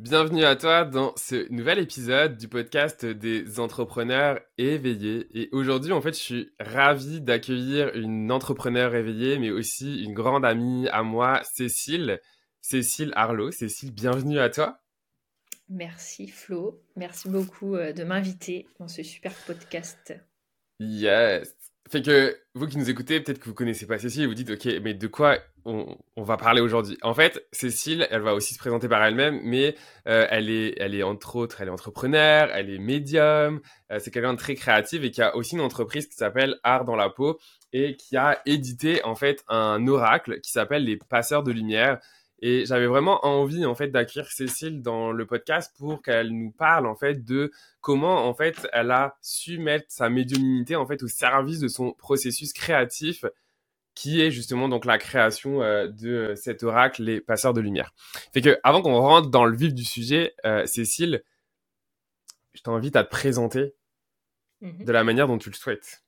Bienvenue à toi dans ce nouvel épisode du podcast des entrepreneurs éveillés. Et aujourd'hui, en fait, je suis ravi d'accueillir une entrepreneure éveillée, mais aussi une grande amie à moi, Cécile. Cécile Arlot. Cécile, bienvenue à toi. Merci Flo, merci beaucoup de m'inviter dans ce super podcast. Yes. Fait que vous qui nous écoutez, peut-être que vous connaissez pas Cécile et vous dites, ok, mais de quoi on va parler aujourd'hui? En fait, Cécile, elle va aussi se présenter par elle-même, mais elle est entre autres, elle est entrepreneur, elle est médium, c'est quelqu'un de très créatif et qui a aussi une entreprise qui s'appelle Art dans la peau et qui a édité en fait un oracle qui s'appelle Les Passeurs de Lumière. Et j'avais vraiment envie en fait d'accueillir Cécile dans le podcast pour qu'elle nous parle en fait de comment en fait elle a su mettre sa médiumnité en fait au service de son processus créatif qui est justement donc la création de cet oracle les passeurs de lumière. Fait que avant qu'on rentre dans le vif du sujet, Cécile, je t'invite à te présenter Mhm. de la manière dont tu le souhaites.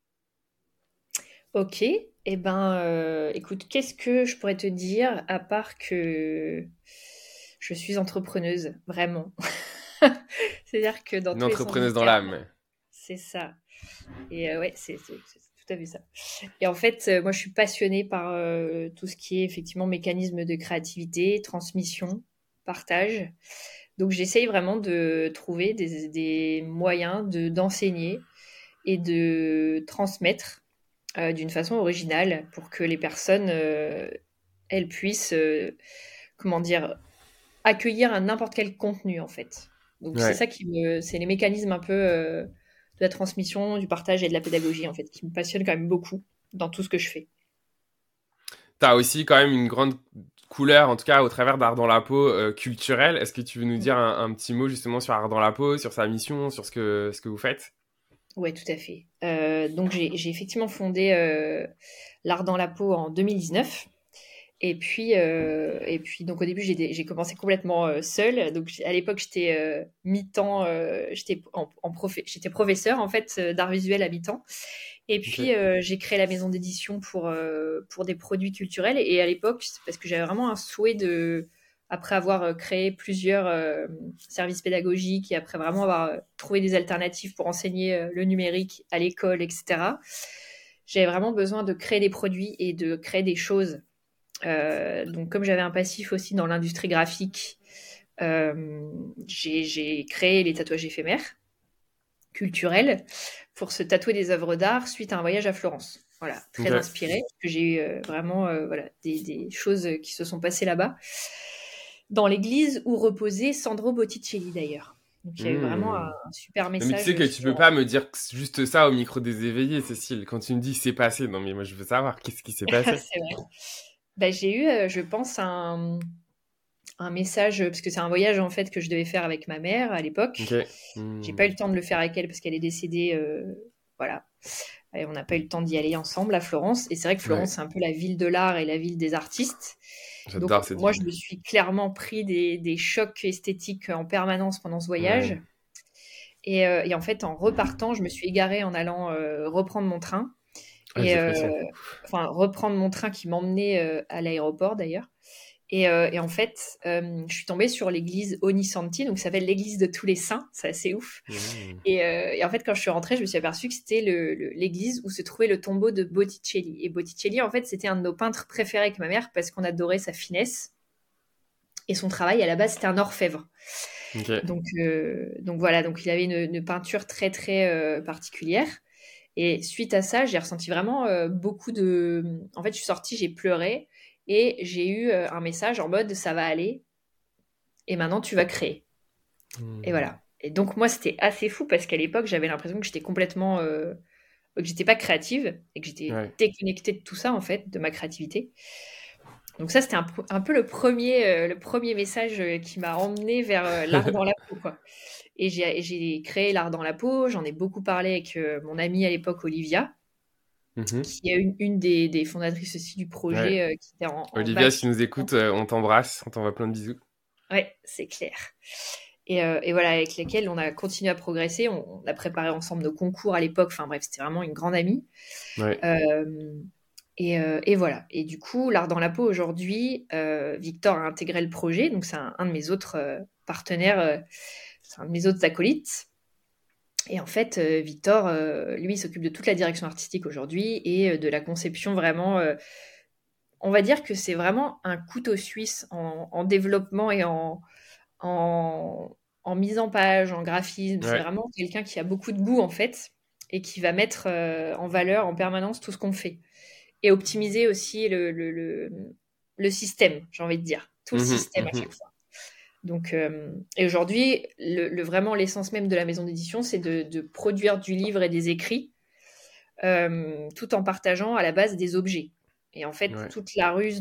Ok, écoute, qu'est-ce que je pourrais te dire à part que je suis entrepreneuse, vraiment. C'est-à-dire que dans Une tous les sens du entrepreneuse dans terme, l'âme. c'est ça. Et ouais, c'est tout à fait ça. Et en fait, moi, je suis passionnée par tout ce qui est effectivement mécanisme de créativité, transmission, partage. Donc, j'essaye vraiment de trouver des moyens d'enseigner et de transmettre d'une façon originale pour que les personnes, elles puissent, comment dire, accueillir un n'importe quel contenu, en fait. Donc, c'est Ouais. ça c'est les mécanismes un peu de la transmission, du partage et de la pédagogie, en fait, qui me passionnent quand même beaucoup dans tout ce que je fais. T'as aussi quand même une grande couleur, en tout cas au travers d'Art dans la peau culturelle. Est-ce que tu veux nous dire un petit mot justement sur Art dans la peau, sur sa mission, sur ce que vous faites? Ouais, tout à fait. Donc, j'ai effectivement fondé l'Art dans la peau en 2019. Et puis, donc au début, j'ai commencé complètement seule. Donc à l'époque, j'étais mi-temps, j'étais professeure en fait d'art visuel à mi-temps. Et Ok. puis j'ai créé la maison d'édition pour des produits culturels. Et à l'époque, c'est parce que j'avais vraiment un souhait après avoir créé plusieurs services pédagogiques et après vraiment avoir trouvé des alternatives pour enseigner le numérique à l'école, etc. J'avais vraiment besoin de créer des produits et de créer des choses donc, comme j'avais un passif aussi dans l'industrie graphique, j'ai créé les tatouages éphémères culturels pour se tatouer des œuvres d'art suite à un voyage à Florence. Voilà, très Ok. inspiré, parce que j'ai eu vraiment voilà, des choses qui se sont passées là-bas, dans l'église où reposait Sandro Botticelli d'ailleurs. Donc, il y a eu vraiment Hmm. un super Non, mais tu sais message que tu sur. peux pas me dire juste ça au micro des éveillés, Cécile. Quand tu me dis c'est passé, non mais moi je veux savoir qu'est-ce qui s'est passé. C'est vrai. Bah, j'ai eu, je pense, un message, parce que c'est un voyage en fait que je devais faire avec ma mère à Ok. l'époque. J'ai pas eu Hmm. le temps de le faire avec elle parce qu'elle est décédée, voilà. Et on n'a pas eu le temps d'y aller ensemble à Florence. Et c'est vrai que Ouais, Florence, c'est un peu la ville de l'art et la ville des artistes. Donc j'adore cette moi, je ville. me suis clairement pris des chocs esthétiques en permanence pendant ce voyage. Ouais. Et en fait, en repartant, je me suis égarée en allant reprendre mon train. Ah, Et dépression. enfin, reprendre mon train qui m'emmenait à l'aéroport d'ailleurs. Et en fait, je suis tombée sur l'église Ognissanti, donc ça s'appelle l'église de tous les saints, c'est assez ouf. Hmm. Et en fait, quand je suis rentrée, je me suis aperçue que c'était l'église où se trouvait le tombeau de Botticelli. Et Botticelli, en fait, c'était un de nos peintres préférés avec ma mère parce qu'on adorait sa finesse. Et son travail, à la base, c'était un orfèvre. Ok. Donc voilà, donc il avait une peinture très, très particulière. Et suite à ça, j'ai ressenti vraiment beaucoup de. En fait, je suis sortie, j'ai pleuré et j'ai eu un message en mode ça va aller et maintenant tu vas créer. Et Hmm. voilà. Et donc, moi, c'était assez fou parce qu'à l'époque, j'avais l'impression que j'étais complètement. Que j'étais pas créative et que j'étais Ouais. déconnectée de tout ça, en fait, de ma créativité. Donc, ça, c'était un peu le premier message qui m'a emmenée vers l'art dans la peau, quoi. Et j'ai créé l'art dans la peau, j'en ai beaucoup parlé avec mon amie à l'époque, Olivia, Mhm. qui est une des fondatrices aussi du Ouais. projet qui était en Olivia, si bâtiment. tu nous écoutes, on t'embrasse, on t'envoie plein de bisous. Ouais, c'est clair. Et voilà, avec lesquels on a continué à progresser. On a préparé ensemble nos concours à l'époque. Enfin bref, c'était vraiment une grande amie. Ouais. Euh, Et voilà. Et du coup, l'art dans la peau aujourd'hui, Victor a intégré le projet, donc c'est un de mes autres partenaires, c'est un de mes autres acolytes. Et en fait, Victor, lui, il s'occupe de toute la direction artistique aujourd'hui et de la conception vraiment. On va dire que c'est vraiment un couteau suisse en développement et en, en mise en page, en graphisme. C'est Ouais. vraiment quelqu'un qui a beaucoup de goût en fait et qui va mettre en valeur en permanence tout ce qu'on fait et optimiser aussi le système, j'ai envie de dire, tout le Mhm, système à mhm. chaque fois. Donc, et aujourd'hui, vraiment l'essence même de la maison d'édition, c'est de produire du livre et des écrits tout en partageant à la base des objets. Et en fait, Ouais. toute la ruse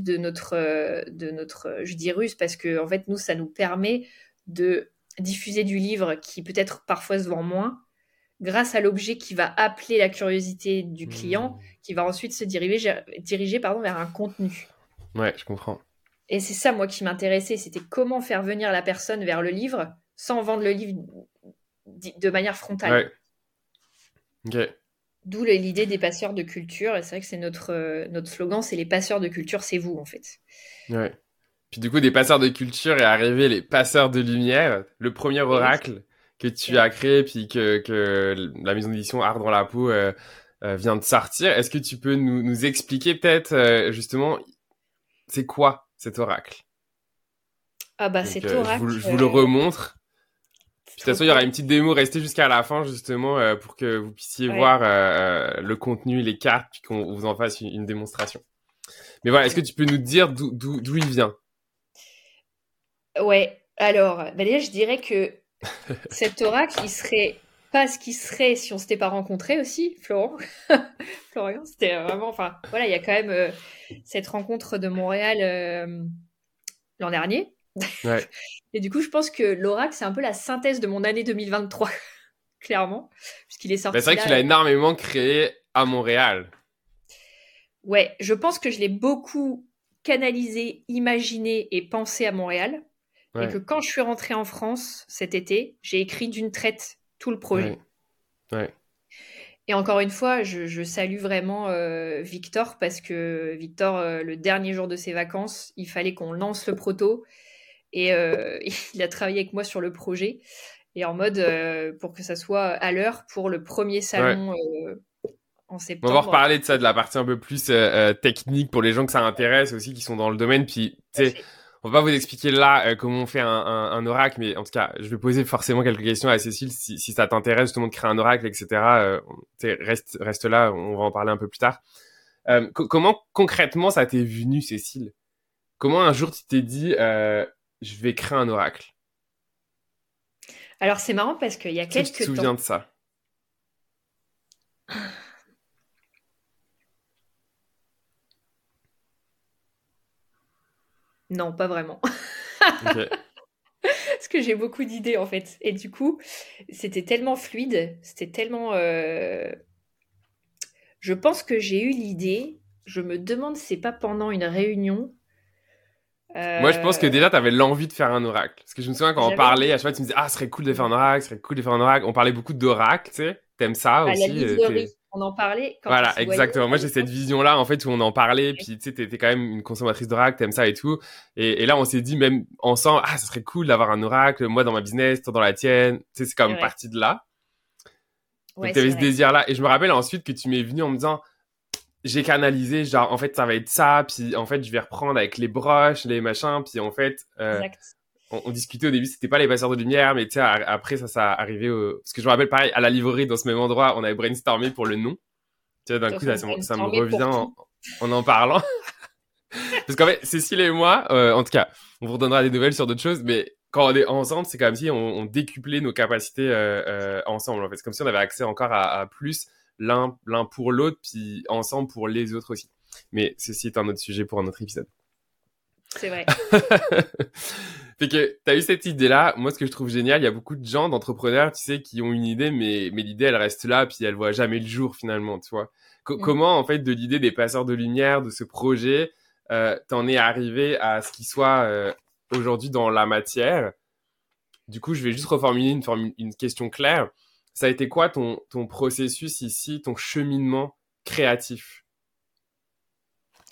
je dis ruse parce que en fait, nous, ça nous permet de diffuser du livre qui peut-être parfois se vend moins, grâce à l'objet qui va appeler la curiosité du client, Hmm. qui va ensuite se diriger vers un contenu. Ouais, je comprends. Et c'est ça, moi, qui m'intéressait, c'était comment faire venir la personne vers le livre sans vendre le livre de manière frontale. Ouais. Ok. D'où l'idée des passeurs de culture. Et c'est vrai que c'est notre slogan, c'est les passeurs de culture, c'est vous, en fait. Ouais. Puis du coup, des passeurs de culture est arrivé les passeurs de lumière, le premier Et oui, oracle que c'est tu as vrai. créé, puis que la maison d'édition Art dans la peau vient de sortir. Est-ce que tu peux nous expliquer peut-être justement, c'est quoi cet oracle? Ah bah, Donc, cet je oracle, vous le remontre. c'est Puis de toute trop façon, il y aura cool. une petite démo, restez jusqu'à la fin justement pour que vous puissiez Ouais, voir le contenu, les cartes, puis qu'on vous en fasse une démonstration. Mais voilà, est-ce que ouais. tu peux nous dire d'où il vient? Ouais, alors, bah déjà, je dirais que cet oracle, il serait pas ce qu'il serait si on s'était pas rencontrés aussi, Florent. Florian, c'était vraiment, enfin, voilà, il y a quand même cette rencontre de Montréal l'an dernier. Ouais. Et du coup, je pense que l'oracle, c'est un peu la synthèse de mon année 2023, clairement, puisqu'il est Bah, c'est sorti vrai que tu là. l'as énormément créé à Montréal. Ouais, je pense que je l'ai beaucoup canalisé, imaginé et pensé à Montréal. Et que Ouais, quand je suis rentrée en France cet été, j'ai écrit d'une traite tout le ouais, projet. ouais, Et encore une fois, je salue vraiment Victor parce que Victor, le dernier jour de ses vacances, il fallait qu'on lance le proto et il a travaillé avec moi sur le projet et en mode pour que ça soit à l'heure pour le premier ouais. salon en On va septembre. reparler de ça, de la partie un peu plus technique pour les gens que ça intéresse aussi, qui sont dans le domaine. Puis, Tout à tu sais, fait. on va pas vous expliquer là comment on fait un oracle, mais en tout cas, je vais poser forcément quelques questions à Cécile si ça t'intéresse justement de créer un oracle, etc. Tu sais, reste là, on va en parler un peu plus tard. Comment concrètement ça t'est venu, Cécile? Comment un jour tu t'es dit, je vais créer un oracle? Alors c'est marrant parce qu'il y a Est-ce que tu te quelques souviens temps, de ça? non, pas vraiment. Ok, Parce que j'ai beaucoup d'idées en fait. Et du coup, c'était tellement fluide, c'était tellement. Je pense que j'ai eu l'idée. Je me demande si c'est pas pendant une réunion. moi, je pense que Euh, déjà, t'avais l'envie de faire un oracle. Parce que je me souviens quand on J'avais parlait, à envie. chaque fois, tu me disais, ah, ce serait cool de faire un oracle, ce serait cool de faire un oracle. On parlait beaucoup d'oracle, tu sais. T'aimes ça À la aussi, livrerie, on en parlait quand on Voilà, se voyait exactement. Moi, à j'ai cette l'époque. vision-là, en fait, où on en parlait, puis tu sais, t'es quand même une consommatrice d'oracle, t'aimes ça et tout. Et là, on s'est dit, même ensemble, ah, ça serait cool d'avoir un oracle, moi dans ma business, toi dans la tienne. Tu sais, c'est quand C'est même vrai. parti de là. Donc, Ouais, c'est t'avais ce vrai. désir-là. Et je me rappelle ensuite que tu m'es venu en me disant, j'ai canalisé, genre, en fait, ça va être ça, puis en fait, je vais reprendre avec les broches, les machins, puis en fait, Exact. on discutait au début, c'était pas les passeurs de lumière, mais tu sais, après, ça arrivé au... Parce que je me rappelle, pareil, à la livrée, dans ce même endroit, on avait brainstormé pour le nom. Tu vois, d'un T'es en coup, train de ça me brainstormer revient pour tout. en parlant. Parce qu'en fait, Cécile et moi, en tout cas, on vous redonnera des nouvelles sur d'autres choses, mais quand on est ensemble, c'est comme si on décuplait nos capacités ensemble. En fait, c'est comme si on avait accès encore à plus l'un pour l'autre, puis ensemble pour les autres aussi. Mais ceci est un autre sujet pour un autre épisode. C'est vrai. Fait que t'as eu cette idée-là. Moi, ce que je trouve génial, il y a beaucoup de gens, d'entrepreneurs, tu sais, qui ont une idée, mais l'idée, elle reste là, puis elle voit jamais le jour finalement, tu vois. Mm. Comment, en fait, de l'idée des passeurs de lumière, de ce projet, t'en es arrivé à ce qui soit aujourd'hui dans la matière? Du coup, je vais juste reformuler une question claire. Ça a été quoi ton processus ici, ton cheminement créatif?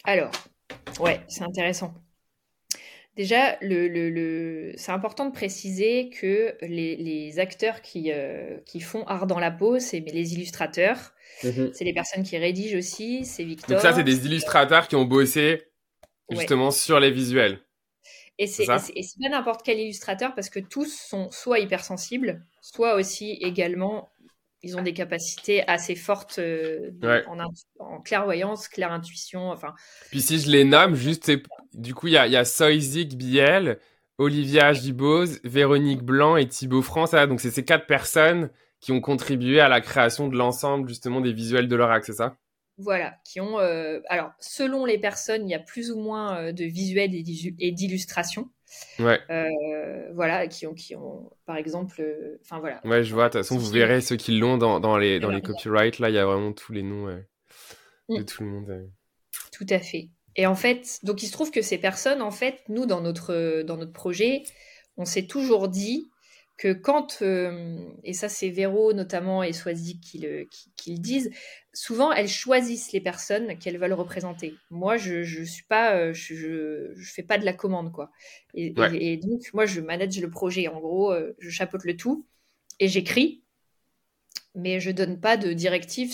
Alors, ouais, c'est intéressant. Déjà, c'est important de préciser que les acteurs qui font art dans la peau, c'est les illustrateurs, Mhm. c'est les personnes qui rédigent aussi, c'est Donc ça, c'est Victor. des illustrateurs qui ont bossé Ouais. justement sur les visuels, Et c'est c'est et ça? c'est- et c'est pas n'importe quel illustrateur parce que tous sont soit hypersensibles, soit aussi également, ils ont des capacités assez fortes Ouais. en clairvoyance, claire intuition, enfin, Puis si je les nomme, juste, du coup, il y a Soyzik Biel, Olivia Giboz, Véronique Blanc et Thibaut France. Donc c'est ces 4 personnes qui ont contribué à la création de l'ensemble justement des visuels de l'Oracle, c'est ça? voilà, qui ont. Alors, selon les personnes, il y a plus ou moins de visuels et d'illustrations. Ouais. Voilà, par exemple, enfin voilà. Ouais, je vois. De toute façon, Si vous j'ai- verrez ceux qui l'ont dans les alors, copyrights. Là, il y a vraiment tous les noms de mm, tout le monde. tout à fait. Et en fait, donc il se trouve que ces personnes, en fait, nous, dans notre projet, on s'est toujours dit que et ça c'est Véro notamment et Swazik qui le disent, souvent elles choisissent les personnes qu'elles veulent représenter. Moi, je suis pas, je fais pas de la commande, quoi. Ouais. Et donc, moi, je manage le projet. En gros, je chapeaute le tout et j'écris, mais je donne pas de directive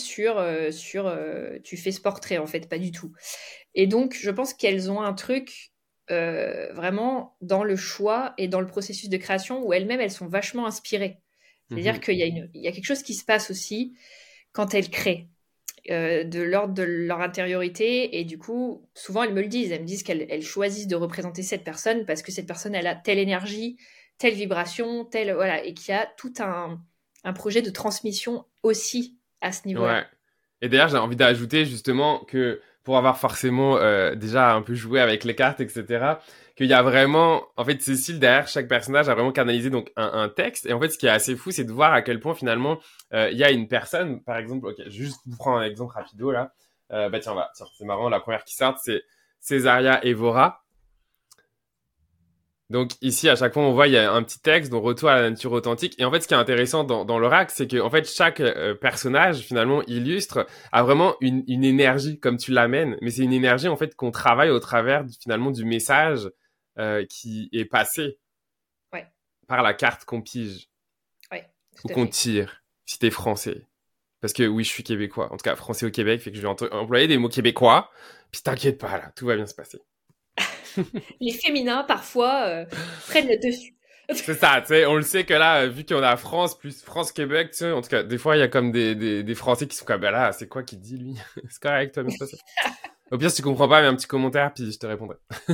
sur tu fais ce portrait, en fait, pas du tout. Et donc, je pense qu'elles ont un truc vraiment dans le choix et dans le processus de création où elles-mêmes, elles sont vachement inspirées. C'est-à-dire Mhm. qu'il y a quelque chose qui se passe aussi quand elles créent, de l'ordre de leur intériorité. Et du coup, souvent, elles me le disent. Elles me disent qu'elles choisissent de représenter cette personne parce que cette personne, elle a telle énergie, telle vibration, telle... Voilà, et qu'il y a tout un projet de transmission aussi à ce Ouais. niveau-là. Et d'ailleurs, j'ai envie d'ajouter justement que pour avoir forcément déjà un peu joué avec les cartes, etc., qu'il y a vraiment, en fait, Cécile, derrière chaque personnage a vraiment canalisé donc un texte. Et en fait, ce qui est assez fou, c'est de voir à quel point finalement il y a une personne, par exemple, ok, juste vous prendre un exemple rapido là. Bah tiens, tiens, c'est marrant, la première qui sort, c'est Césaria Evora. Donc ici, à chaque fois, on voit, il y a un petit texte, donc retour à la nature authentique. Et en fait, ce qui est intéressant dans l'oracle, c'est que en fait, chaque personnage, finalement, illustre, a vraiment une énergie, comme tu l'amènes. Mais c'est une énergie, en fait, qu'on travaille au travers, finalement, du message qui est passé Ouais, par la carte qu'on pige ouais, ou tout à qu'on fait. tire, si t'es français. Parce que oui, je suis québécois. En tout cas, français au Québec, fait que je vais employer des mots québécois. Puis t'inquiète pas, là, tout va bien se passer. Les féminins, parfois, prennent le dessus. C'est ça, tu sais, on le sait que là, vu qu'on a France plus France-Québec, tu sais, en tout cas, des fois, il y a comme des Français qui sont comme, bah là, c'est quoi qu'il dit, lui? C'est correct, toi, bien se passer. Au pire, si tu comprends pas, mets un petit commentaire, puis je te répondrai.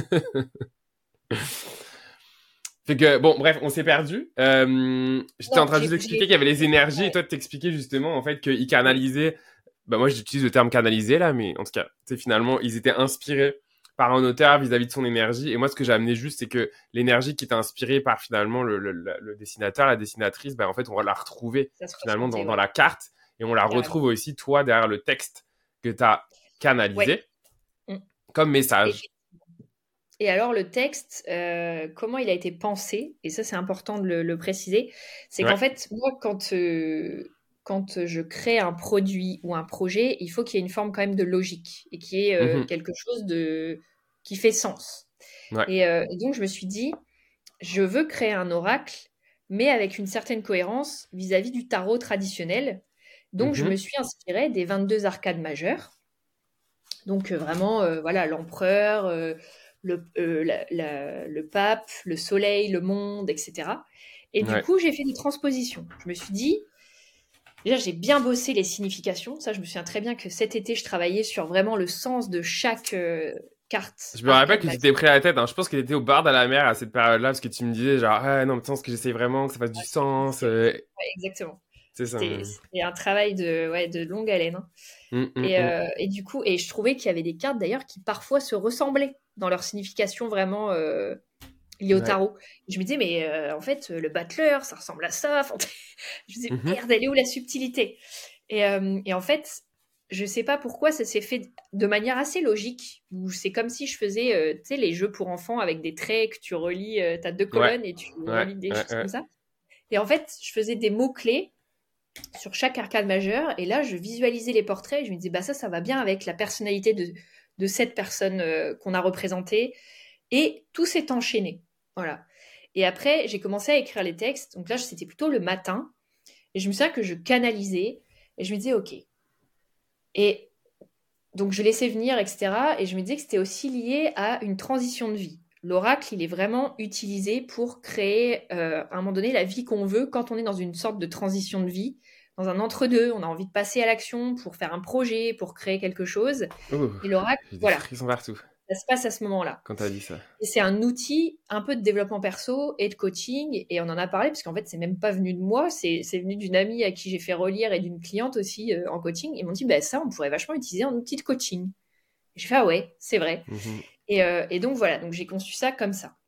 Fait que, bon, bref, on s'est perdu. J'étais en Non, train de vous expliquer qu'il y avait les énergies, et toi, de t'expliquer justement, en fait, qu'ils canalisaient, bah moi, j'utilise le terme canaliser, là, mais en tout cas, tu sais, finalement, ils étaient inspirés par un auteur vis-à-vis de son énergie. Et moi, ce que j'ai amené juste, c'est que l'énergie qui était inspirée par finalement le dessinateur, la dessinatrice, bah, en fait, on va la retrouver ça se finalement ressentait, dans ouais, la carte. Et on la carrément. retrouve aussi, toi, derrière le texte que tu as Ouais. canalisé Mm. comme Et, message. et alors, le texte, comment il a été pensé, et ça, c'est important de le préciser, c'est qu'en Ouais. fait, moi, quand je crée un produit ou un projet, il faut qu'il y ait une forme quand même de logique et qu'il y ait Mhm. quelque chose qui fait sens. Ouais. Et donc, je me suis dit, je veux créer un oracle, mais avec une certaine cohérence vis-à-vis du tarot traditionnel. Donc, je me Mhm. suis inspirée des 22 arcades majeures. Donc, vraiment, voilà, l'empereur, le pape, le soleil, le monde, etc. Et du Ouais. coup, j'ai fait des transpositions. Je me suis dit, déjà, j'ai bien bossé les significations. Ça, je me souviens très bien que cet été, je travaillais sur vraiment le sens de chaque carte Je me rappelle arcade que tu majeure. t'es pris la tête, hein. Je pense que tu étais au bar de la mer à cette période-là, parce que tu me disais, genre, ah non, mais attends, ce que j'essaye vraiment, que ça fasse du sens. Ouais, exactement. C'est ça. C'était un travail de longue haleine, hein. Hum, hum, hum. Et du coup, et je trouvais qu'il y avait des cartes d'ailleurs qui parfois se ressemblaient dans leur signification vraiment liée au Ouais. tarot. Je me disais, mais en fait, le battleur, ça ressemble à ça. Enfin, je me disais, Mhm. merde, elle est où la subtilité? Et en fait, je sais pas pourquoi ça s'est fait de manière assez logique, où c'est comme si je faisais, tu sais, les jeux pour enfants avec des traits que tu relis, t'as deux Ouais. colonnes et tu Ouais. relis des Ouais. choses comme Ouais. ça. Et en fait, je faisais des mots-clés sur chaque arcade majeure. Et là, je visualisais les portraits. Et je me disais, bah ça va bien avec la personnalité de 7 personnes qu'on a représentées. Et tout s'est enchaîné. Voilà. Et après, j'ai commencé à écrire les textes. Donc là, c'était plutôt le matin. Et je me souviens que je canalisais. Et je me disais, OK. Et donc, je laissais venir, etc. Et je me disais que c'était aussi lié à une transition de vie. L'oracle, il est vraiment utilisé pour créer, à un moment donné, la vie qu'on veut quand on est dans une sorte de transition de vie, dans un entre-deux. On a envie de passer à l'action pour faire un projet, pour créer quelque chose. Ouh, Et l'oracle, j'ai des voilà, frissons partout ça se passe à ce moment-là. quand t'as dit ça. Et c'est un outil un peu de développement perso et de coaching. Et on en a parlé parce qu'en fait, c'est même pas venu de moi, c'est venu d'une amie à qui j'ai fait relire et d'une cliente aussi en coaching. Ils m'ont dit, bah, ça, on pourrait vachement utiliser en outil de coaching. Et j'ai fait, ah ouais, c'est vrai. Et donc voilà, donc j'ai conçu ça comme ça.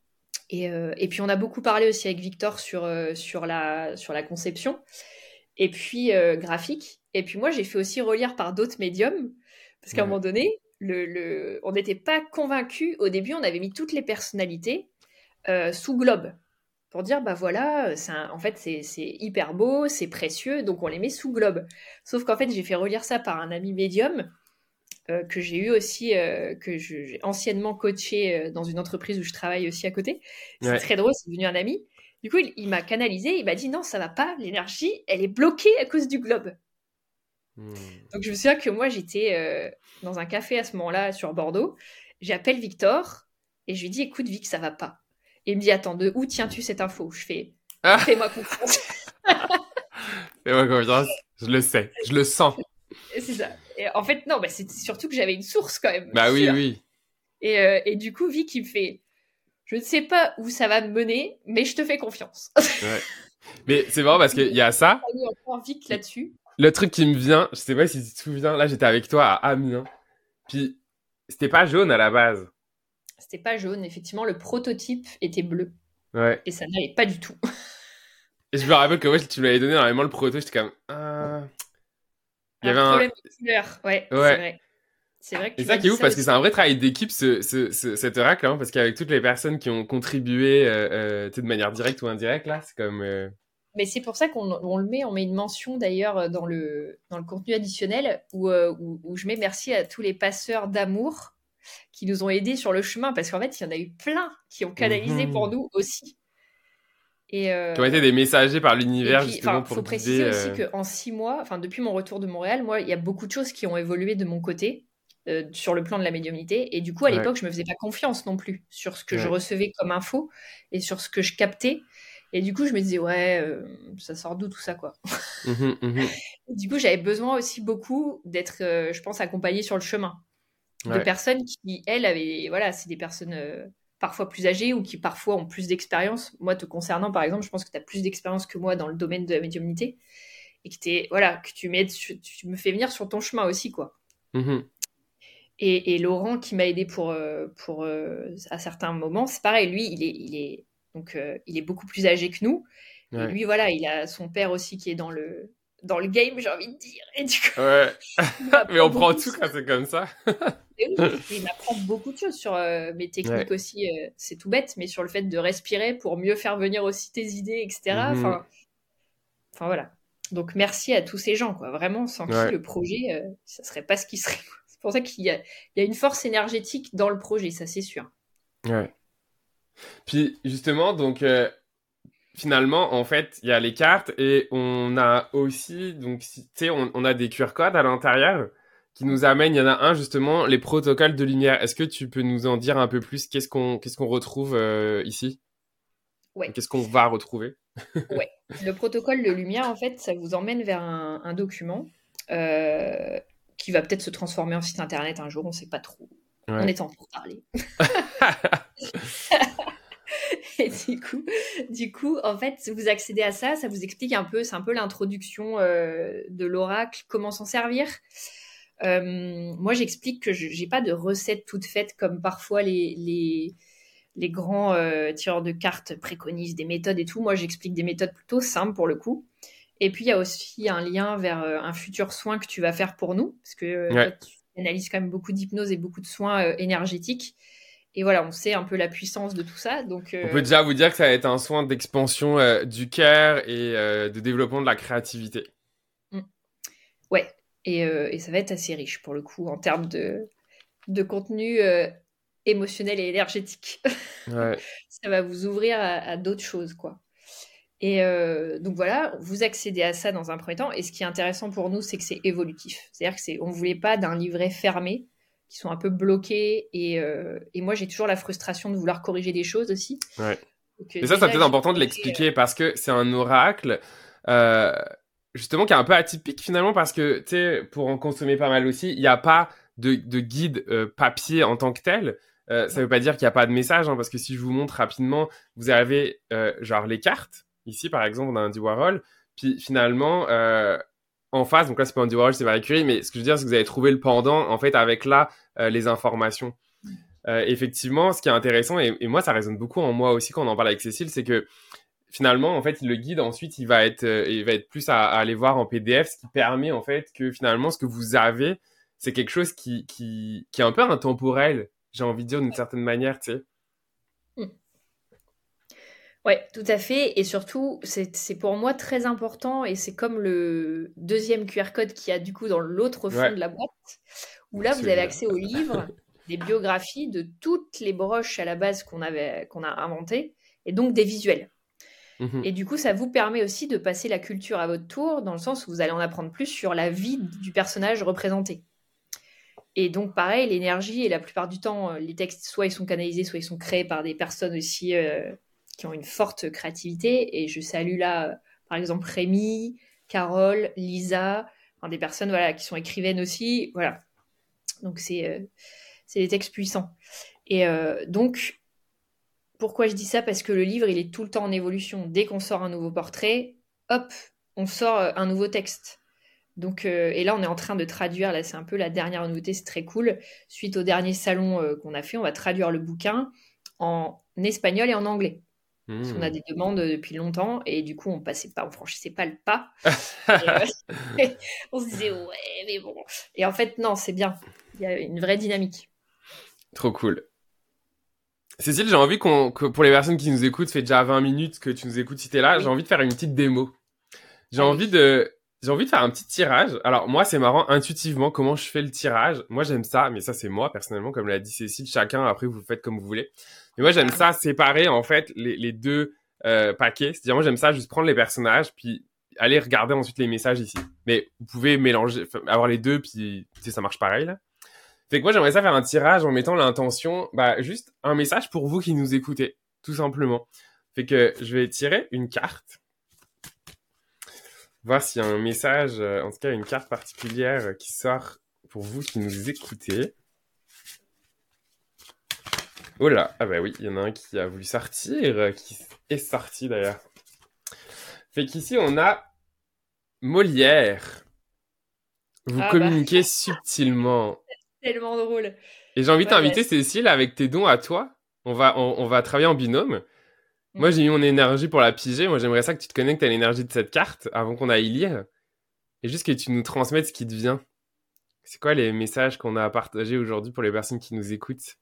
Et puis on a beaucoup parlé aussi avec Victor sur la conception et puis graphique. Et puis moi, j'ai fait aussi relire par d'autres médiums parce qu'à un moment donné, on n'était pas convaincus. Au début, on avait mis toutes les personnalités sous globe pour dire, bah voilà, en fait, c'est hyper beau, c'est précieux, donc on les met sous globe. Sauf qu'en fait, j'ai fait relire ça par un ami médium que j'ai eu aussi, que j'ai anciennement coaché dans une entreprise où je travaille aussi à côté. C'est très drôle, c'est devenu un ami. Du coup, il m'a canalisé, il m'a dit non, ça va pas, l'énergie, elle est bloquée à cause du globe. Donc je me souviens que moi, j'étais dans un café à ce moment-là sur Bordeaux. J'appelle Victor et je lui dis écoute, Vic, ça va pas. Et il me dit attends, de où tiens-tu cette info? Je fais fais-moi confiance. Fais-moi confiance, je le sais, je le sens. C'est ça. Et en fait, non, bah, c'est surtout que j'avais une source quand même. Bah sûre. oui. Et du coup, Vic, il me fait je ne sais pas où ça va me mener, mais je te fais confiance. Ouais. Mais c'est marrant parce qu'il y a ça. Encore Vic là-dessus. Le truc qui me vient, je sais pas si tu te souviens, là j'étais avec toi à Amiens. Puis c'était pas jaune à la base. C'était pas jaune, effectivement, le prototype était bleu. Ouais. Et ça n'allait pas du tout. Et je me rappelle que moi, tu me l'avais donné normalement le proto, j'étais comme. Il y avait problème de couleur, ouais. C'est vrai. C'est vrai que et ça qui est ouf parce que c'est un vrai travail d'équipe cet oracle, hein, parce qu'avec toutes les personnes qui ont contribué de manière directe ou indirecte, là, c'est comme. Mais c'est pour ça qu'on le met, on met une mention d'ailleurs dans le contenu additionnel où je mets merci à tous les passeurs d'amour qui nous ont aidés sur le chemin, parce qu'en fait, il y en a eu plein qui ont canalisé pour nous aussi. Qui ont été des messagers par l'univers, puis, justement, pour faut préciser aussi qu'en 6 mois, depuis mon retour de Montréal, moi, il y a beaucoup de choses qui ont évolué de mon côté sur le plan de la médiumnité. Et du coup, à l'époque, je me faisais pas confiance non plus sur ce que je recevais comme info et sur ce que je captais. Et du coup, je me disais, ça sort d'où tout ça, quoi. Et du coup, j'avais besoin aussi beaucoup d'être, je pense, accompagnée sur le chemin de personnes qui, elles, avaient, voilà, c'est des personnes parfois plus âgées ou qui parfois ont plus d'expérience. Moi, te concernant, par exemple, je pense que tu as plus d'expérience que moi dans le domaine de la médiumnité et que tu me fais venir sur ton chemin aussi, quoi. Et Laurent, qui m'a aidé pour à certains moments, c'est pareil, lui, il est beaucoup plus âgé que nous. Et lui, voilà, il a son père aussi qui est dans le game, j'ai envie de dire. Et du coup, mais on prend tout quand c'est comme ça. Et oui, il m'apprend beaucoup de choses sur mes techniques aussi. C'est tout bête, mais sur le fait de respirer pour mieux faire venir aussi tes idées, etc. Enfin, voilà. Donc merci à tous ces gens, quoi. Vraiment, sans qui le projet, ça serait pas ce qui serait. C'est pour ça qu'il y a une force énergétique dans le projet, ça c'est sûr. Ouais. Puis justement, donc finalement, en fait, il y a les cartes et on a aussi, donc tu sais, on a des QR codes à l'intérieur qui nous amènent. Il y en a un justement, les protocoles de lumière. Est-ce que tu peux nous en dire un peu plus? Qu'est-ce qu'on retrouve ici? Ouais. Qu'est-ce qu'on va retrouver? Ouais. Le protocole de lumière, en fait, ça vous emmène vers un document qui va peut-être se transformer en site internet un jour, on ne sait pas trop. On est temps pour parler. Et du coup, en fait, vous accédez à ça, ça vous explique un peu, c'est un peu l'introduction de l'oracle, comment s'en servir. Moi, j'explique que je n'ai pas de recette toute faite comme parfois les grands tireurs de cartes préconisent des méthodes et tout. Moi, j'explique des méthodes plutôt simples pour le coup. Et puis, il y a aussi un lien vers un futur soin que tu vas faire pour nous, parce que toi, tu analyses quand même beaucoup d'hypnose et beaucoup de soins énergétiques. Et voilà, on sait un peu la puissance de tout ça. Donc, on peut déjà vous dire que ça va être un soin d'expansion du cœur et de développement de la créativité. Ouais, et ça va être assez riche pour le coup en termes de contenu émotionnel et énergétique. Ouais. Ça va vous ouvrir à d'autres choses, quoi. Et donc voilà, vous accédez à ça dans un premier temps. Et ce qui est intéressant pour nous, c'est que c'est évolutif. C'est-à-dire que on ne voulait pas d'un livret fermé, qui sont un peu bloqués. Et moi, j'ai toujours la frustration de vouloir corriger des choses aussi. Ouais. Donc, Et ça, c'est déjà, peut-être j'ai important de corrigé, l'expliquer parce que c'est un oracle, euh, justement, qui est un peu atypique finalement parce que, tu sais, pour en consommer pas mal aussi, il n'y a pas de guide papier en tant que tel. Ça veut pas dire qu'il n'y a pas de message, hein, parce que si je vous montre rapidement, vous avez genre les cartes. Ici, par exemple, on a Andy Warhol. Puis finalement, en face, donc là, c'est pas Andy Warhol, c'est Marie Curie, mais ce que je veux dire, c'est que vous avez trouvé le pendant, en fait, avec là, les informations. Effectivement, ce qui est intéressant, et moi, ça résonne beaucoup en moi aussi quand on en parle avec Cécile, c'est que finalement, en fait, le guide, ensuite, il va être plus à aller voir en PDF, ce qui permet, en fait, que finalement, ce que vous avez, c'est quelque chose qui est un peu intemporel, j'ai envie de dire d'une certaine manière, tu sais. Mm. Ouais, tout à fait. Et surtout, c'est pour moi très important. Et c'est comme le deuxième QR code qu'il y a du coup dans l'autre fond Ouais, de la boîte, où là, vous avez celui-là. accès aux livres, des biographies de toutes les broches à la base qu'on a inventées, et donc des visuels. Mhm. Et du coup, ça vous permet aussi de passer la culture à votre tour, dans le sens où vous allez en apprendre plus sur la vie du personnage représenté. Et donc, pareil, l'énergie, et la plupart du temps, les textes, soit ils sont canalisés, soit ils sont créés par des personnes aussi qui ont une forte créativité. Et je salue là, par exemple, Rémi, Carole, Lisa, enfin, des personnes voilà, qui sont écrivaines aussi. Voilà. Donc, c'est des textes puissants. Et donc, pourquoi je dis ça? Parce que le livre, il est tout le temps en évolution. Dès qu'on sort un nouveau portrait, hop, on sort un nouveau texte. Donc, et là, on est en train de traduire, là, c'est un peu la dernière nouveauté, c'est très cool. Suite au dernier salon qu'on a fait, on va traduire le bouquin en espagnol et en anglais. Parce qu'on a Mhm. des demandes depuis longtemps, et du coup, on franchissait pas le pas. Et, on se disait, ouais, mais bon. Et en fait, non, c'est bien. Il y a une vraie dynamique. Trop cool. Cécile, j'ai envie que pour les personnes qui nous écoutent, ça fait déjà 20 minutes que tu nous écoutes si t'es là, j'ai Oui, envie de faire une petite démo. J'ai allez. envie de, j'ai envie de faire un petit tirage. Alors, moi, c'est marrant, intuitivement, comment je fais le tirage. Moi, j'aime ça, mais ça, c'est moi, personnellement, comme l'a dit Cécile. Chacun, après, vous faites comme vous voulez. Mais moi, j'aime Carrément. ça séparer, en fait, les deux paquets. C'est-à-dire, moi, j'aime ça juste prendre les personnages, puis aller regarder ensuite les messages ici. Mais vous pouvez mélanger, avoir les deux, puis, tu sais, ça marche pareil, là. Fait que moi, j'aimerais ça faire un tirage en mettant l'intention, bah, juste un message pour vous qui nous écoutez, tout simplement. Fait que je vais tirer une carte, voir s'il y a un message, en tout cas une carte particulière qui sort pour vous qui nous écoutez. Oh là, ah bah oui, il y en a un qui a voulu sortir, qui est sorti d'ailleurs. Fait qu'ici, on a Molière. Vous Ah bah, communiquez subtilement. tellement drôle. Et j'ai envie de Ouais, bah, t'inviter, Cécile, avec tes dons à toi. On va travailler en binôme. Moi, mm. j'ai mis mon énergie pour la piger. Moi, j'aimerais ça que tu te connectes à l'énergie de cette carte avant qu'on aille lire. Et juste que tu nous transmettes ce qui te vient. C'est quoi les messages qu'on a à partager aujourd'hui pour les personnes qui nous écoutent?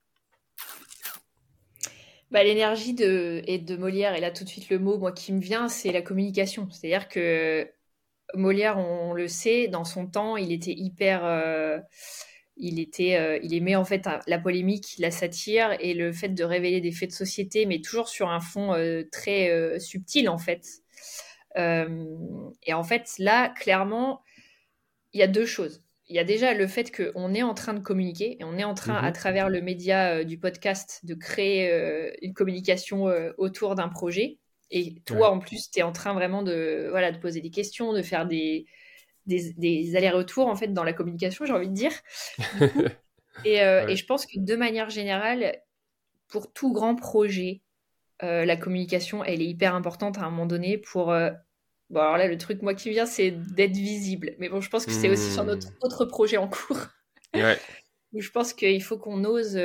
Bah, l'énergie et de Molière, et là tout de suite le mot moi qui me vient, c'est la communication. C'est-à-dire que Molière, on le sait, dans son temps, il était hyper, il aimait en fait la polémique, la satire et le fait de révéler des faits de société, mais toujours sur un fond très subtil en fait. Et en fait, là, clairement, il y a deux choses. Il y a déjà le fait qu'on est en train de communiquer et on est en train, à Mhm. travers le média du podcast, de créer une communication autour d'un projet. Et toi, Ouais. en plus, tu es en train vraiment de, voilà, de poser des questions, de faire des allers-retours en fait dans la communication, j'ai envie de dire, du coup. Et Ouais. je pense que de manière générale, pour tout grand projet, la communication, elle est hyper importante à un moment donné pour bon, alors là, le truc, moi, qui me vient, c'est d'être visible. Mais bon, je pense que c'est aussi sur notre Hmm. autre projet en cours, Ouais. où je pense qu'il faut qu'on ose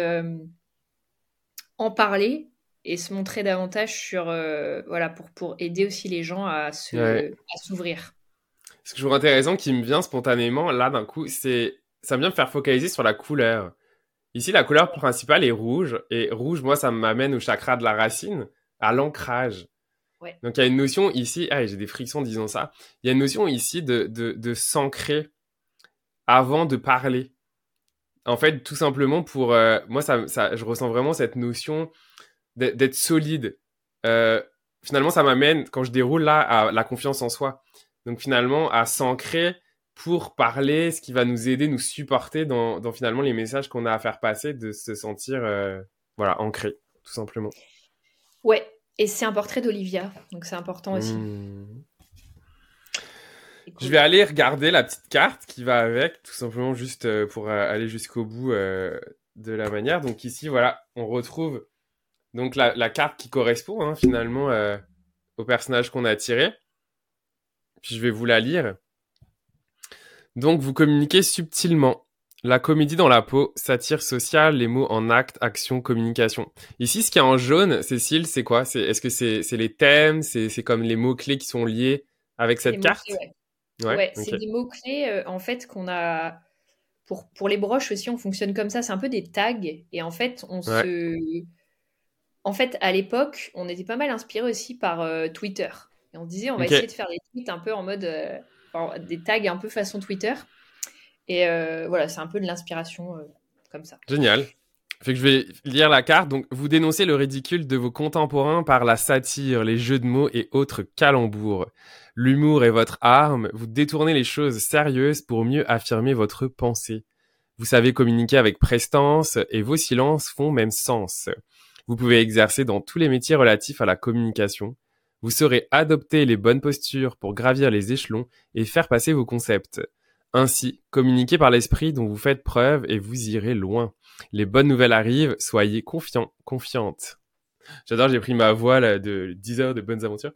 en parler et se montrer davantage sur, voilà, pour aider aussi les gens Ouais. à s'ouvrir. Ce que je trouve intéressant qui me vient spontanément, là, d'un coup, ça vient me faire focaliser sur la couleur. Ici, la couleur principale est rouge. Et rouge, moi, ça m'amène au chakra de la racine, à l'ancrage. Ouais. Donc, il y a une notion ici, ah, j'ai des frictions en disant ça. Il y a une notion ici de s'ancrer avant de parler. En fait, tout simplement pour... moi, je ressens vraiment cette notion d'être solide. Euh, Finalement, ça m'amène, quand je déroule là, à la confiance en soi. Donc finalement, à s'ancrer pour parler, ce qui va nous aider, nous supporter dans finalement les messages qu'on a à faire passer, de se sentir voilà, ancré, tout simplement. Ouais, et c'est un portrait d'Olivia, donc c'est important aussi. C'est Je cool. vais aller regarder la petite carte qui va avec, tout simplement juste pour aller jusqu'au bout de la manière. Donc ici, voilà, on retrouve donc la carte qui correspond finalement au personnage qu'on a tiré. Puis je vais vous la lire. Donc vous communiquez subtilement. La comédie dans la peau, satire sociale, les mots en acte, action, communication. Ici, ce qui est en jaune, Cécile, c'est quoi? Est-ce que c'est les thèmes? C'est comme les mots-clés qui sont liés avec cette Les carte? mots-clés, Ouais, ouais, ok. c'est des mots-clés en fait qu'on a. Pour les broches aussi, on fonctionne comme ça. C'est un peu des tags. Et en fait, Ouais, En fait, à l'époque, on était pas mal inspiré aussi par Twitter. Et on se disait, on va ok. essayer de faire des tweets un peu en mode. Enfin, des tags un peu façon Twitter. Et voilà, c'est un peu de l'inspiration comme ça. Génial. Fait que je vais lire la carte. Donc, vous dénoncez le ridicule de vos contemporains par la satire, les jeux de mots et autres calembours. L'humour est votre arme. Vous détournez les choses sérieuses pour mieux affirmer votre pensée. Vous savez communiquer avec prestance et vos silences font même sens. Vous pouvez exercer dans tous les métiers relatifs à la communication. Vous saurez adopter les bonnes postures pour gravir les échelons et faire passer vos concepts. Ainsi, communiquez par l'esprit dont vous faites preuve et vous irez loin. Les bonnes nouvelles arrivent, soyez confiants, confiantes. J'adore, j'ai pris ma voix là, de 10 heures de bonnes aventures.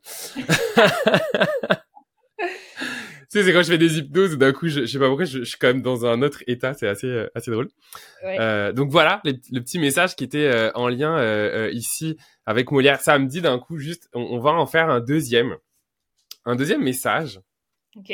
Tu sais, c'est quand je fais des hypnoses, d'un coup, je sais pas pourquoi, je suis quand même dans un autre état, c'est assez drôle. Ouais. Donc voilà, le petit message qui était en lien ici avec Molière. Ça me dit d'un coup, juste, on va en faire un deuxième message. Ok.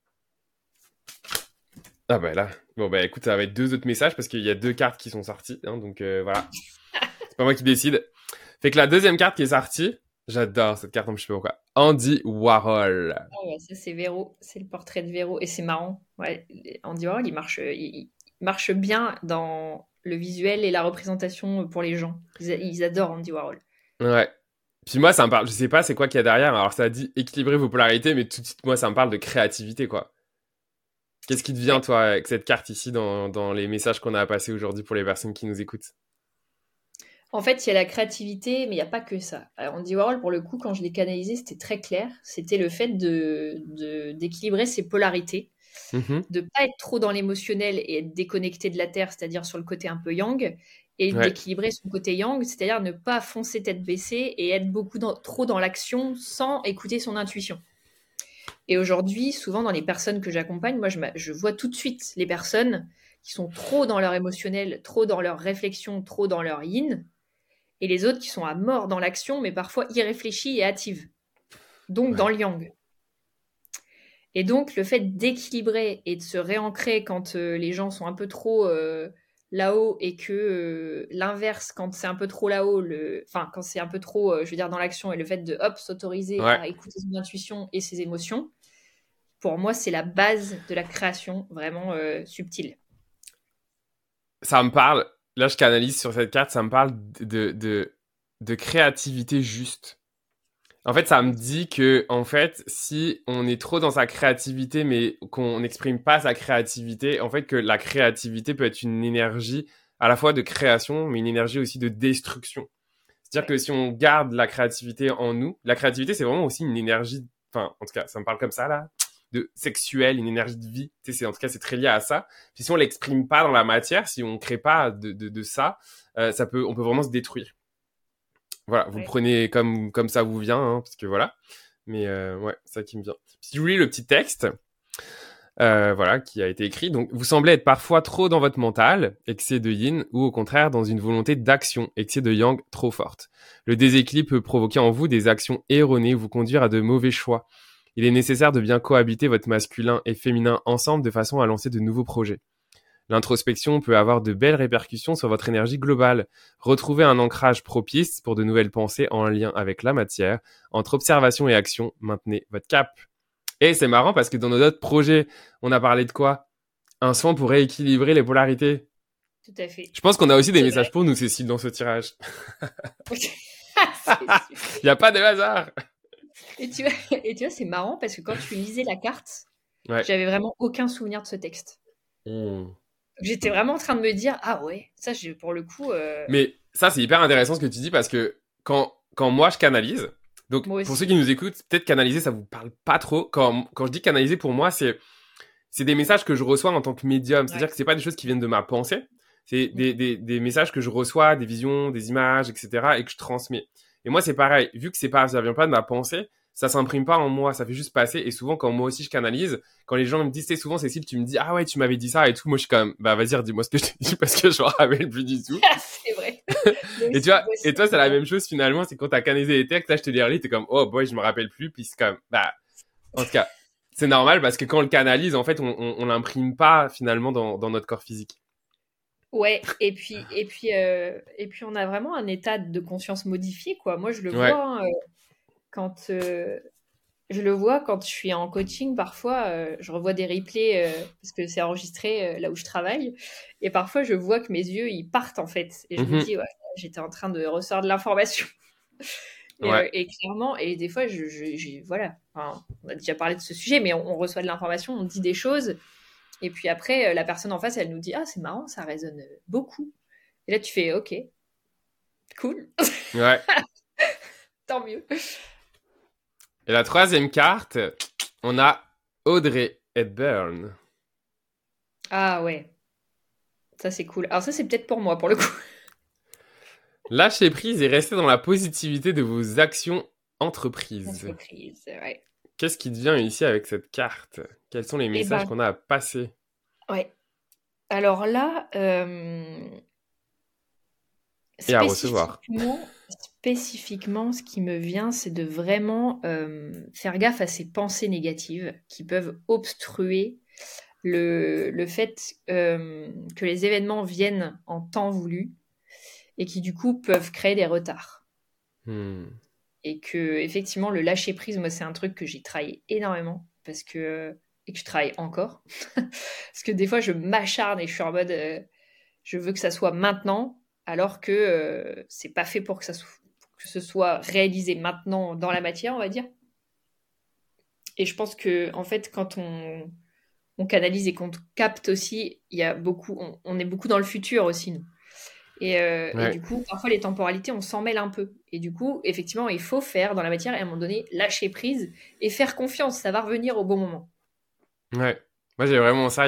Ah bah là, bon bah écoute, ça va être deux autres messages parce qu'il y a deux cartes qui sont sorties, donc voilà. C'est pas moi qui décide. Fait que la deuxième carte qui est sortie, j'adore cette carte, je sais pas pourquoi. Andy Warhol. Ah ouais, ça c'est Véro, c'est le portrait de Véro et c'est marrant. Ouais, Andy Warhol, il marche bien dans le visuel et la représentation pour les gens. Ils adorent Andy Warhol. Ouais. Puis moi, ça me parle, je sais pas c'est quoi qu'il y a derrière. Alors ça dit équilibrer vos polarités, mais tout de suite, moi, ça me parle de créativité, quoi. Qu'est-ce qui te vient, Ouais. toi, avec cette carte ici dans les messages qu'on a à passer aujourd'hui pour les personnes qui nous écoutent? En fait, il y a la créativité, mais il n'y a pas que ça. Alors, Andy Warhol, pour le coup, quand je l'ai canalisé, c'était très clair. C'était le fait d'équilibrer ses polarités, Mhm. de pas être trop dans l'émotionnel et être déconnecté de la terre, c'est-à-dire sur le côté un peu yang, et Ouais, d'équilibrer son côté yang, c'est-à-dire ne pas foncer tête baissée et être trop dans l'action sans écouter son intuition. Et aujourd'hui, souvent dans les personnes que j'accompagne, moi je vois tout de suite les personnes qui sont trop dans leur émotionnel, trop dans leur réflexion, trop dans leur yin, et les autres qui sont à mort dans l'action, mais parfois irréfléchies et hâtives, donc dans ouais, le yang. Et donc, le fait d'équilibrer et de se réancrer quand les gens sont un peu trop là-haut et que l'inverse, quand c'est un peu trop là-haut, enfin, quand c'est un peu trop, je veux dire, dans l'action et le fait de, hop, s'autoriser ouais. à écouter son intuition et ses émotions, pour moi, c'est la base de la création vraiment subtile. Ça me parle, là, je canalise sur cette carte, ça me parle de créativité juste. En fait, ça me Ouais. dit que, en fait, si on est trop dans sa créativité, mais qu'on n'exprime pas sa créativité, en fait, que la créativité peut être une énergie à la fois de création, mais une énergie aussi de destruction. C'est-à-dire Ouais. que si on garde la créativité en nous, la créativité, c'est vraiment aussi une énergie, enfin, en tout cas, ça me parle comme ça, là, de sexuelle, une énergie de vie. Tu sais, en tout cas, c'est très lié à ça. Puis si on l'exprime pas dans la matière, si on crée pas de ça, on peut vraiment se détruire. Voilà, vous le Ouais. prenez comme ça vous vient, parce que voilà. Mais ouais, c'est ça qui me vient. Si vous lisez le petit texte, voilà, qui a été écrit. Donc, vous semblez être parfois trop dans votre mental, excès de yin, ou au contraire dans une volonté d'action, excès de yang trop forte. Le déséquilibre peut provoquer en vous des actions erronées, vous conduire à de mauvais choix. Il est nécessaire de bien cohabiter votre masculin et féminin ensemble de façon à lancer de nouveaux projets. L'introspection peut avoir de belles répercussions sur votre énergie globale. Retrouvez un ancrage propice pour de nouvelles pensées en lien avec la matière. Entre observation et action, maintenez votre cap. Et c'est marrant parce que dans nos autres projets, on a parlé de quoi? Un soin pour rééquilibrer les polarités. Tout à fait. Je pense qu'on a aussi des C'est messages vrai. pour nous, Cécile, dans ce tirage. C'est Il sûr. n'y a pas de hasard. Et tu vois, c'est marrant parce que quand tu lisais la carte, Ouais. j'avais vraiment aucun souvenir de ce texte. Hmm. J'étais vraiment en train de me dire, ah ouais, ça, pour le coup, Mais ça, c'est hyper intéressant ce que tu dis parce que quand moi je canalise, donc moi pour ceux aussi. qui nous écoutent, peut-être canaliser, ça vous parle pas trop. Quand je dis canaliser, pour moi, c'est des messages que je reçois en tant que médium. C'est-à-dire Ouais. que c'est pas des choses qui viennent de ma pensée. C'est Mm. des messages que je reçois, des visions, des images, etc. et que je transmets. Et moi, c'est pareil. Vu que ça vient pas de ma pensée, ça s'imprime pas en moi. Ça fait juste passer. Et souvent, quand moi aussi je canalise, quand les gens me disent, c'est souvent, Cécile, tu me dis, ah ouais, tu m'avais dit ça et tout. Moi, je suis comme, bah, vas-y, dis-moi ce que je t'ai dit parce que je me rappelle plus du tout. C'est vrai. Moi Et tu aussi, vois, moi aussi, et toi, c'est c'est la ça. même chose finalement. C'est quand t'as canalisé les textes, là, je te les relis, t'es comme, oh boy, je me rappelle plus. Puis c'est comme, bah, en tout cas, c'est normal parce que quand on le canalise, en fait, on l'imprime pas finalement dans notre corps physique. Ouais, et puis on a vraiment un état de conscience modifié, quoi. Moi, je le Ouais. vois, hein, quand je le vois quand je suis en coaching, parfois, je revois des replays parce que c'est enregistré là où je travaille, et parfois je vois que mes yeux ils partent en fait, et je me Mhm. dis ouais, j'étais en train de recevoir de l'information. Et, Ouais. et clairement, et des fois, voilà, enfin, on a déjà parlé de ce sujet, mais on reçoit de l'information, on dit des choses, et puis après, la personne en face, elle nous dit, ah, c'est marrant, ça résonne beaucoup. Et là, tu fais, ok, cool, Ouais. tant mieux. Et la troisième carte, on a Audrey Hepburn. Ah ouais, ça c'est cool. Alors ça, c'est peut-être pour moi, pour le coup. Lâchez prise et restez dans la positivité de vos actions entreprises. Entreprise, ouais. Qu'est-ce qui devient ici avec cette carte? Quels sont les Et messages ben, qu'on a à passer? ouais. Alors là, Et à recevoir. spécifiquement, ce qui me vient, c'est de vraiment faire gaffe à ces pensées négatives qui peuvent obstruer le fait que les événements viennent en temps voulu et qui du coup peuvent créer des retards. Hmm. Et que effectivement, le lâcher prise, moi, c'est un truc que j'ai travaillé énormément et que je travaille encore. Parce que des fois, je m'acharne et je suis en mode, je veux que ça soit maintenant, alors que c'est pas fait pour que ce soit réalisé maintenant dans la matière, on va dire. Et je pense que en fait, quand on canalise et qu'on capte aussi, il y a beaucoup, on est beaucoup dans le futur aussi, nous. Et du Ouais. coup, parfois les temporalités, on s'en mêle un peu. Et du coup, effectivement, il faut faire dans la matière et à un moment donné, lâcher prise et faire confiance. Ça va revenir au bon moment. Ouais. Moi, j'ai vraiment ça.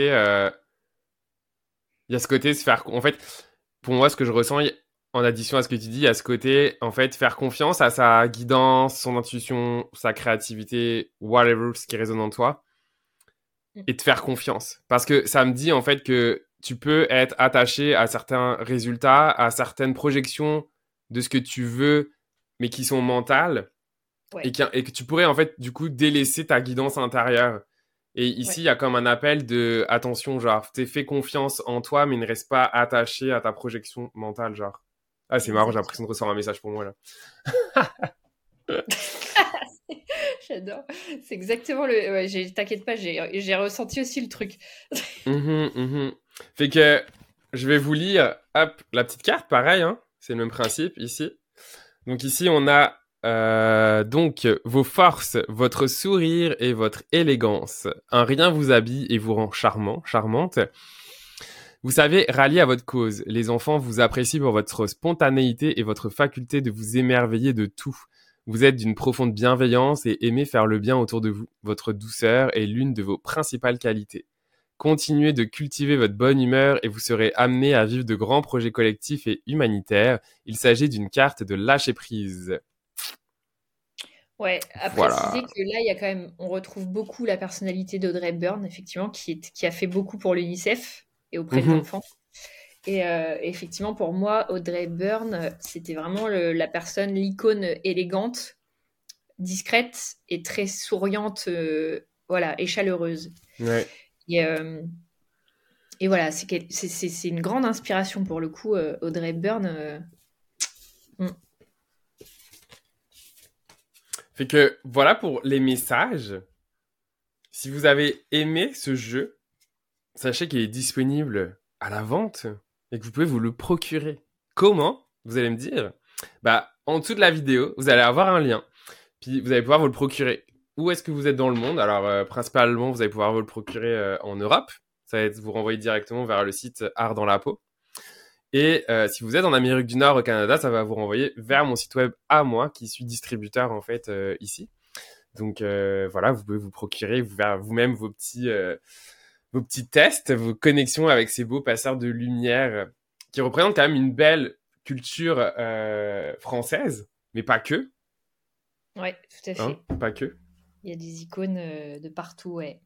Il y a ce côté se faire. En fait, pour moi, ce que je ressens en addition à ce que tu dis, il y a ce côté, en fait, faire confiance à sa guidance, son intuition, sa créativité, whatever, ce qui résonne en toi, et te faire confiance. Parce que ça me dit, en fait, que tu peux être attaché à certains résultats, à certaines projections de ce que tu veux, mais qui sont mentales, Ouais, et que tu pourrais, en fait, du coup, délaisser ta guidance intérieure. Et ici, ouais. il y a comme un appel de attention, genre, t'es fait confiance en toi, mais ne reste pas attaché à ta projection mentale, genre. Ah, c'est marrant, j'ai l'impression Exactement. de recevoir un message pour moi, là. J'adore. C'est exactement le. Ouais, t'inquiète pas, j'ai ressenti aussi le truc. Mhm, mhm. Fait que je vais vous lire, hop, la petite carte, pareil, hein. C'est le même principe ici. Donc ici, on a donc vos forces, votre sourire et votre élégance. Un rien vous habille et vous rend charmant, charmante. Vous savez rallier à votre cause. Les enfants vous apprécient pour votre spontanéité et votre faculté de vous émerveiller de tout. Vous êtes d'une profonde bienveillance et aimez faire le bien autour de vous. Votre douceur est l'une de vos principales qualités. Continuez de cultiver votre bonne humeur et vous serez amené à vivre de grands projets collectifs et humanitaires. Il s'agit d'une carte de lâcher prise. Ouais, à préciser Voilà. que là, il y a quand même, on retrouve beaucoup la personnalité d'Audrey Hepburn, effectivement, qui a fait beaucoup pour l'UNICEF et auprès des Mhm. enfants. Et effectivement, pour moi, Audrey Hepburn, c'était vraiment la personne, l'icône élégante, discrète et très souriante, voilà, et chaleureuse. Ouais. Et, et voilà, c'est une grande inspiration pour le coup, Audrey Hepburn. Mm. Fait que voilà pour les messages. Si vous avez aimé ce jeu, sachez qu'il est disponible à la vente et que vous pouvez vous le procurer. Comment? Vous allez me dire. Bah, en dessous de la vidéo, vous allez avoir un lien. Puis vous allez pouvoir vous le procurer. Où est-ce que vous êtes dans le monde? Alors, principalement, vous allez pouvoir vous le procurer en Europe. Ça va être vous renvoyer directement vers le site Art dans la peau. Et si vous êtes en Amérique du Nord, au Canada, ça va vous renvoyer vers mon site web à moi, qui suis distributeur en fait ici. Donc voilà, vous pouvez vous procurer vous-même vos petits tests, vos connexions avec ces beaux passeurs de lumière qui représentent quand même une belle culture française, mais pas que. Ouais, tout à fait. Hein, pas que. Il y a des icônes de partout, ouais.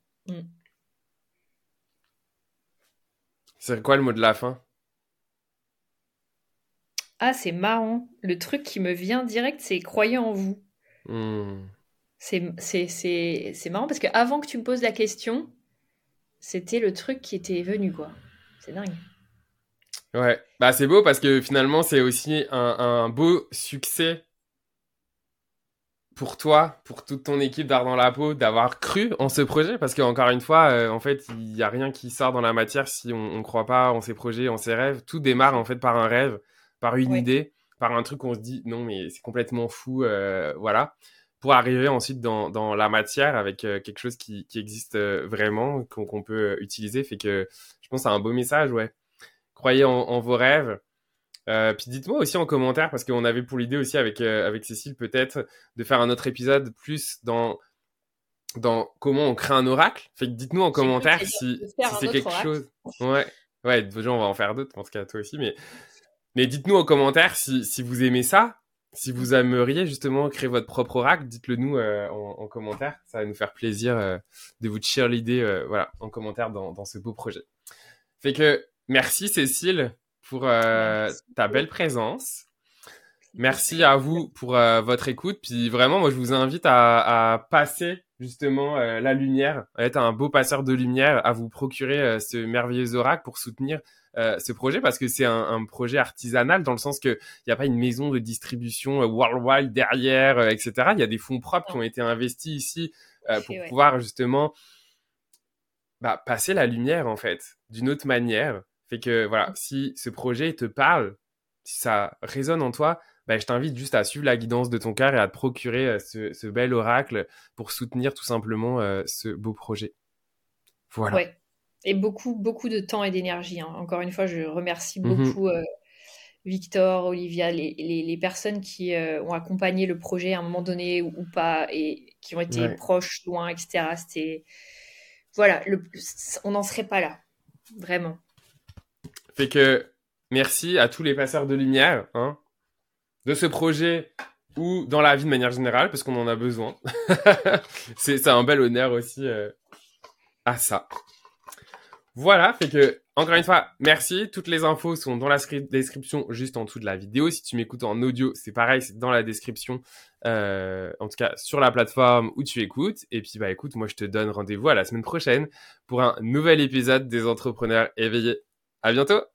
C'est quoi le mot de la fin? Ah, c'est marrant. Le truc qui me vient direct, c'est croyez en vous. C'est marrant parce qu'avant que tu me poses la question, c'était le truc qui était venu, quoi. C'est dingue. Ouais, bah c'est beau parce que finalement c'est aussi un beau succès pour toi, pour toute ton équipe d'Art dans la peau, d'avoir cru en ce projet, parce qu'encore une fois, en fait, il y a rien qui sort dans la matière si on croit pas en ses projets, en ses rêves. Tout démarre en fait par un rêve, par une idée, par un truc où on se dit non mais c'est complètement fou, voilà, pour arriver ensuite dans la matière avec quelque chose qui existe vraiment, qu'on peut utiliser. Fait que je pense que c'est un beau message, ouais. Croyez en vos rêves. Puis dites-moi aussi en commentaire, parce qu'on avait pour l'idée aussi avec Cécile peut-être de faire un autre épisode plus dans comment on crée un oracle. Fait que dites-nous en commentaire si c'est quelque chose. Ouais, déjà on va en faire d'autres, en tout cas toi aussi, mais dites-nous en commentaire si vous aimez ça, si vous aimeriez justement créer votre propre oracle, dites-le nous en commentaire, ça va nous faire plaisir de vous cheerleader voilà, en commentaire dans ce beau projet. Fait que merci Cécile pour ta belle présence. Merci à vous pour votre écoute. Puis vraiment, moi, je vous invite à passer justement la lumière, à être un beau passeur de lumière, à vous procurer ce merveilleux oracle pour soutenir ce projet, parce que c'est un projet artisanal dans le sens qu'il n'y a pas une maison de distribution worldwide derrière, etc. Il y a des fonds propres qui ont été investis ici pour pouvoir justement passer la lumière, en fait, d'une autre manière. Fait que voilà, si ce projet te parle, si ça résonne en toi, je t'invite juste à suivre la guidance de ton cœur et à te procurer ce bel oracle pour soutenir tout simplement ce beau projet. Voilà. Ouais. Et beaucoup, beaucoup de temps et d'énergie. Hein. Encore une fois, je remercie beaucoup Victor, Olivia, les personnes qui ont accompagné le projet à un moment donné ou pas, et qui ont été proches, loin, etc. C'était... Voilà, on n'en serait pas là. Vraiment. Fait que merci à tous les passeurs de lumière, hein, de ce projet ou dans la vie de manière générale, parce qu'on en a besoin. c'est un bel honneur aussi à ça. Voilà, fait que, encore une fois, merci. Toutes les infos sont dans la description, juste en dessous de la vidéo. Si tu m'écoutes en audio, c'est pareil, c'est dans la description, en tout cas sur la plateforme où tu écoutes. Et puis, écoute, moi, je te donne rendez-vous à la semaine prochaine pour un nouvel épisode des Entrepreneurs éveillés. À bientôt!